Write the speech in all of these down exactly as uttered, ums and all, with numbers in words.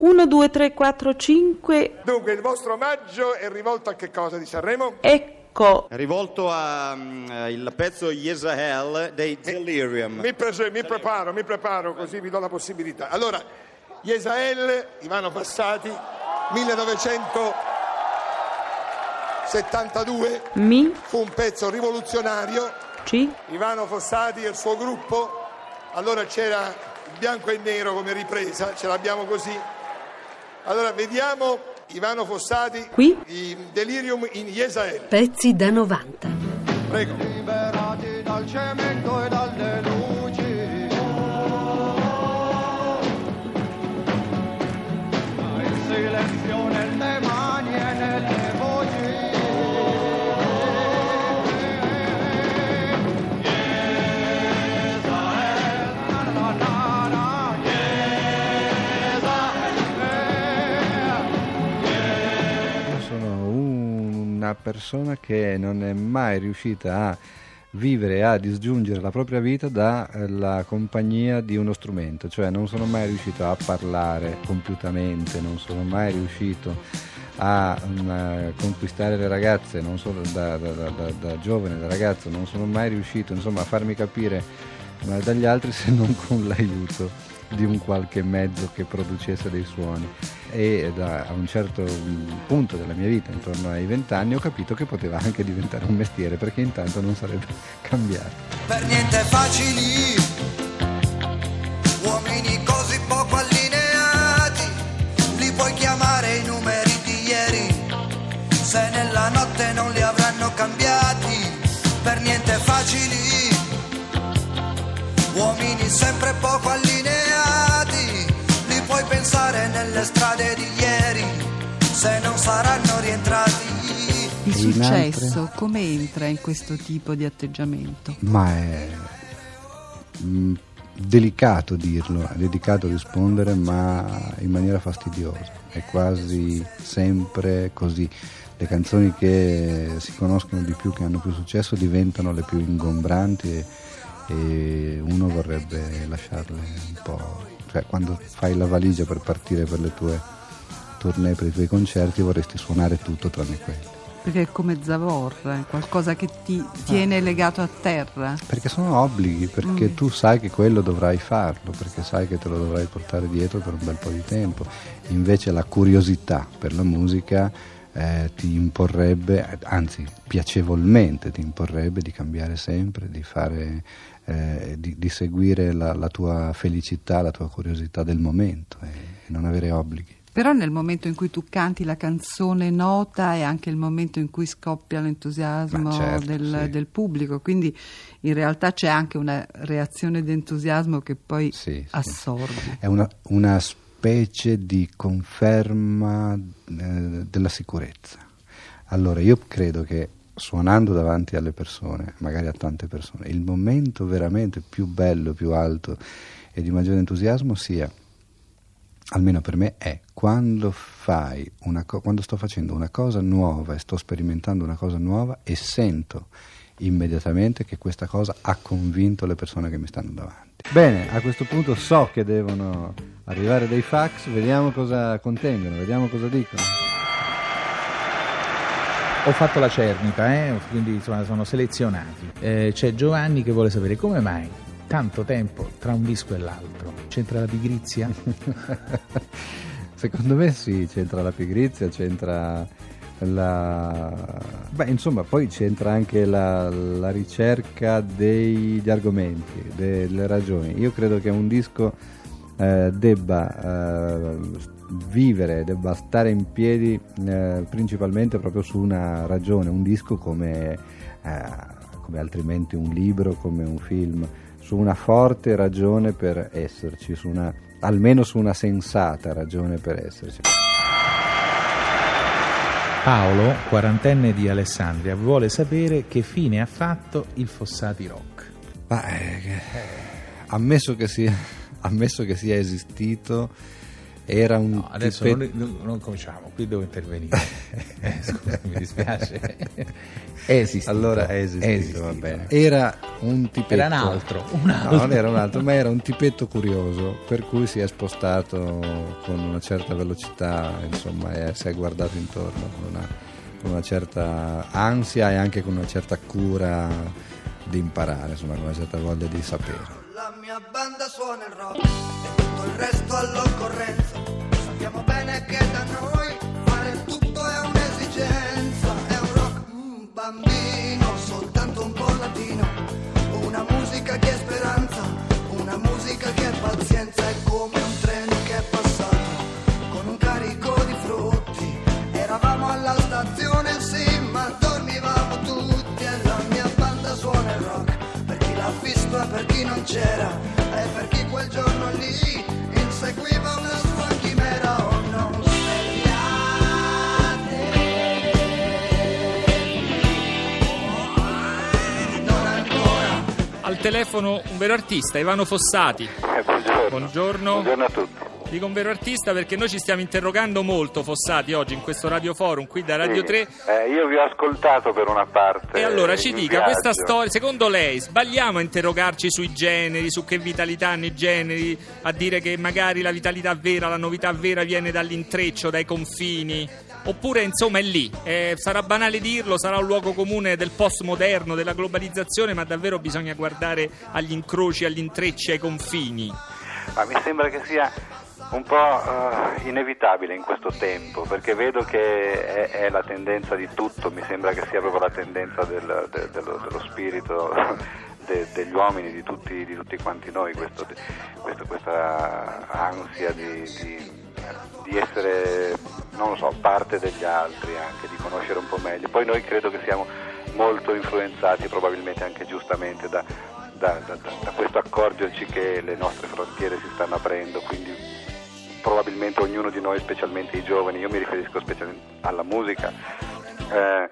uno, due, tre, quattro, cinque. Dunque, il vostro omaggio è rivolto a che cosa di Sanremo? Ecco. È rivolto al um, pezzo Yezael dei Delirium. Mi, pre- mi preparo, mi preparo, così vi do la possibilità. Allora, Yezael, Ivano Fossati, millenovecentosettantadue. Mi. Fu un pezzo rivoluzionario. C. Ivano Fossati e il suo gruppo. Allora c'era il bianco e nero come ripresa, ce l'abbiamo così. Allora vediamo Ivano Fossati, qui, i Delirium in Yezael. Pezzi da novanta. Prego. Liberati dal cemento e dalle luci, il silenzio nelle mani e nelle voci. Una persona che non è mai riuscita a vivere e a disgiungere la propria vita dalla compagnia di uno strumento, cioè non sono mai riuscito a parlare compiutamente, non sono mai riuscito a um, conquistare le ragazze, non solo da, da, da, da, da giovane, da ragazzo, non sono mai riuscito insomma a farmi capire ma dagli altri se non con l'aiuto di un qualche mezzo che producesse dei suoni. E da a un certo punto della mia vita, intorno ai vent'anni, ho capito che poteva anche diventare un mestiere, perché intanto non sarebbe cambiato. Per niente facili, uomini così poco allineati, li puoi chiamare i numeri di ieri, se nella notte non li avranno cambiati. Per niente facili, uomini sempre poco allineati, li puoi pensare nelle strade di ieri, se non saranno rientrati. Il successo come entra in questo tipo di atteggiamento? Ma è mh, delicato dirlo, è delicato rispondere, ma in maniera fastidiosa. È quasi sempre così. Le canzoni che si conoscono di più, che hanno più successo, diventano le più ingombranti e, e uno vorrebbe lasciarle un po'. Cioè, quando fai la valigia per partire per le tue tournée, per i tuoi concerti, vorresti suonare tutto tranne quello. Perché è come zavorra, è qualcosa che ti tiene ah. legato a terra. Perché sono obblighi, perché mm. tu sai che quello dovrai farlo, perché sai che te lo dovrai portare dietro per un bel po' di tempo. Invece la curiosità per la musica eh, ti imporrebbe, anzi piacevolmente ti imporrebbe di cambiare sempre, di fare, eh, di, di seguire la, la tua felicità, la tua curiosità del momento e, e non avere obblighi. Però nel momento in cui tu canti la canzone nota è anche il momento in cui scoppia l'entusiasmo certo, del, sì. del pubblico, quindi in realtà c'è anche una reazione di entusiasmo che poi sì, assorbi. Sì. È una, una specie di conferma eh, della sicurezza. Allora io credo che suonando davanti alle persone, magari a tante persone, il momento veramente più bello, più alto e di maggiore entusiasmo sia, almeno per me, è quando fai una co- quando sto facendo una cosa nuova e sto sperimentando una cosa nuova e sento immediatamente che questa cosa ha convinto le persone che mi stanno davanti. Bene, a questo punto so che devono arrivare dei fax, vediamo cosa contengono, vediamo cosa dicono. Ho fatto la cernita, eh? Quindi insomma, sono selezionati. Eh, c'è Giovanni che vuole sapere come mai tanto tempo tra un disco e l'altro. C'entra la pigrizia? Secondo me sì, c'entra la pigrizia, c'entra la... Beh, insomma, poi c'entra anche la, la ricerca degli argomenti, delle ragioni. Io credo che un disco eh, debba eh, vivere, debba stare in piedi eh, principalmente proprio su una ragione. Un disco come, eh, come altrimenti un libro, come un film, su una forte ragione per esserci, su una, almeno su una sensata ragione per esserci. Paolo, quarantenne di Alessandria, vuole sapere che fine ha fatto il Fossati Rock. Ma, eh, ammesso che sia, ammesso che sia esistito Era un no, adesso tipetto... non, non cominciamo, qui devo intervenire. eh, scusa, mi dispiace. È esistito. Allora è esistito, è esistito. va bene. Era un tipetto. Era un altro, un altro. No, non era un altro, ma era un tipetto curioso, per cui si è spostato con una certa velocità, insomma, e si è guardato intorno con una, con una certa ansia e anche con una certa cura di imparare, insomma, con una certa voglia di sapere. La mia banda suona il rock e tutto il resto all'occorrenza. Sappiamo bene che da noi fare tutto è un'esigenza. È un rock mm, bambino, soltanto un po' latino. Una musica che è speranza, una musica che è pazienza. È come un treno che è passato con un carico di frutti. Eravamo alla stazione, sì, ma dormivamo tutti. E la mia banda suona il rock per chi l'ha visto e per chi non c'era, e per chi quel giorno lì inseguiva una sua chimera. Oh, non svegliate, non ancora. Al telefono un vero artista, Ivano Fossati. Eh, buongiorno. Buongiorno. Buongiorno a tutti. Dico un vero artista perché noi ci stiamo interrogando molto, Fossati, oggi in questo Radio Forum qui da Radio Sì. tre. Eh, io vi ho ascoltato per una parte. E allora ci in dica, viaggio. questa storia, secondo lei, sbagliamo a interrogarci sui generi, su che vitalità hanno i generi, a dire che magari la vitalità vera, la novità vera viene dall'intreccio, dai confini? Oppure insomma è lì, eh, sarà banale dirlo, sarà un luogo comune del postmoderno, della globalizzazione, ma davvero bisogna guardare agli incroci, agli intrecci, ai confini? Ma mi sembra che sia un po' uh, inevitabile in questo tempo, perché vedo che è, è la tendenza di tutto, mi sembra che sia proprio la tendenza del, de, dello, dello spirito de, degli uomini, di tutti, di tutti quanti noi, questo, questo, questa ansia di, di, di essere, non lo so, parte degli altri, anche di conoscere un po' meglio. Poi noi credo che siamo molto influenzati, probabilmente anche giustamente, da, da, da, da questo accorgerci che le nostre frontiere si stanno aprendo, quindi probabilmente ognuno di noi, specialmente i giovani, io mi riferisco specialmente alla musica, eh, eh,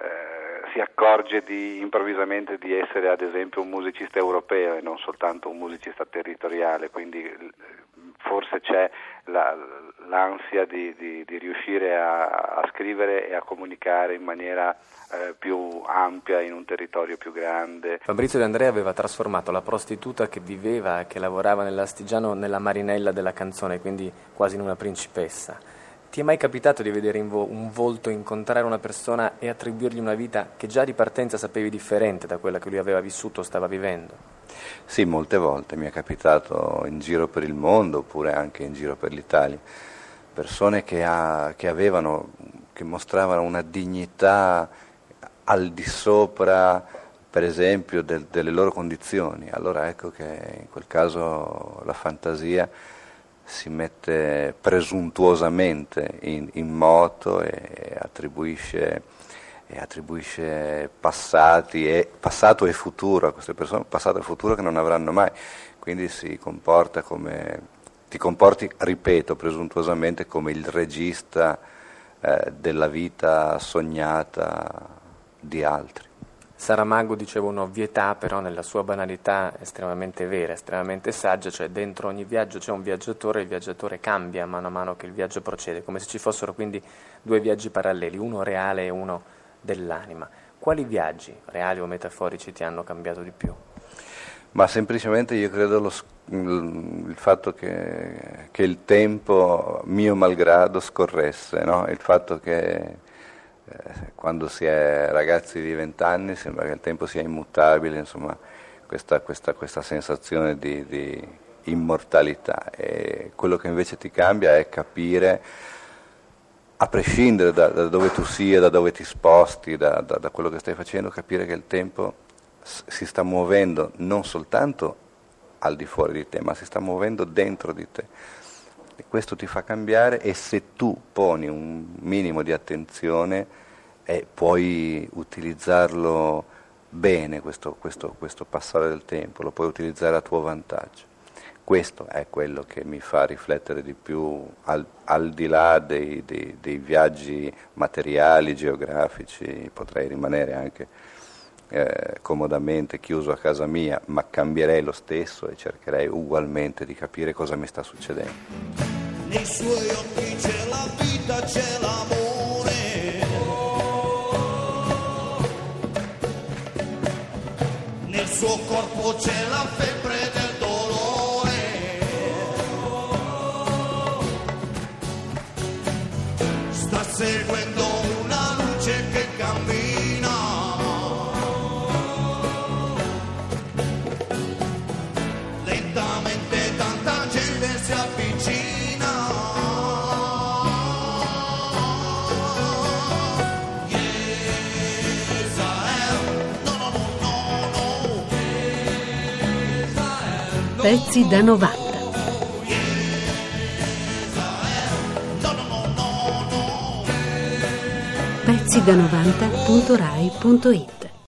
si accorge di, improvvisamente di essere ad esempio un musicista europeo e non soltanto un musicista territoriale, quindi forse c'è la, l'ansia di, di, di riuscire a, a scrivere e a comunicare in maniera eh, più ampia in un territorio più grande. Fabrizio De André aveva trasformato la prostituta che viveva e che lavorava nell'Astigiano nella marinella della canzone, quindi quasi in una principessa. Ti è mai capitato di vedere in vo- un volto, incontrare una persona e attribuirgli una vita che già di partenza sapevi differente da quella che lui aveva vissuto o stava vivendo? Sì, molte volte mi è capitato in giro per il mondo, oppure anche in giro per l'Italia, persone che, ha, che avevano, che mostravano una dignità al di sopra, per esempio, del, delle loro condizioni. Allora ecco che in quel caso la fantasia si mette presuntuosamente in, in moto e attribuisce, e attribuisce passati e, passato e futuro a queste persone, passato e futuro che non avranno mai. Quindi si comporta come, ti comporti, ripeto, presuntuosamente come il regista eh, della vita sognata di altri. Saramago diceva un'ovvietà, però nella sua banalità estremamente vera, estremamente saggia, cioè dentro ogni viaggio c'è un viaggiatore e il viaggiatore cambia mano a mano che il viaggio procede, come se ci fossero quindi due viaggi paralleli, uno reale e uno dell'anima. Quali viaggi, reali o metaforici, ti hanno cambiato di più? Ma semplicemente io credo lo, il fatto che, che il tempo, mio malgrado, scorresse, no? Il fatto che quando si è ragazzi di vent'anni sembra che il tempo sia immutabile, insomma, questa, questa, questa sensazione di, di immortalità. E quello che invece ti cambia è capire, a prescindere da, da dove tu sia, da dove ti sposti, da, da, da quello che stai facendo, capire che il tempo s- si sta muovendo non soltanto al di fuori di te, ma si sta muovendo dentro di te. E questo ti fa cambiare, e se tu poni un minimo di attenzione eh, puoi utilizzarlo bene, questo, questo, questo passare del tempo, lo puoi utilizzare a tuo vantaggio. Questo è quello che mi fa riflettere di più, al, al di là dei, dei, dei viaggi materiali, geografici. Potrei rimanere anche eh, comodamente chiuso a casa mia, ma cambierei lo stesso e cercherei ugualmente di capire cosa mi sta succedendo. nei suoi occhi c'è la vita, c'è l'amore. Nel suo corpo c'è la febbre del dolore. Sta seguendo una luce che cammina. Lentamente tanta gente si avvicina. Pezzi da novanta. pezzi da novanta punto rai punto it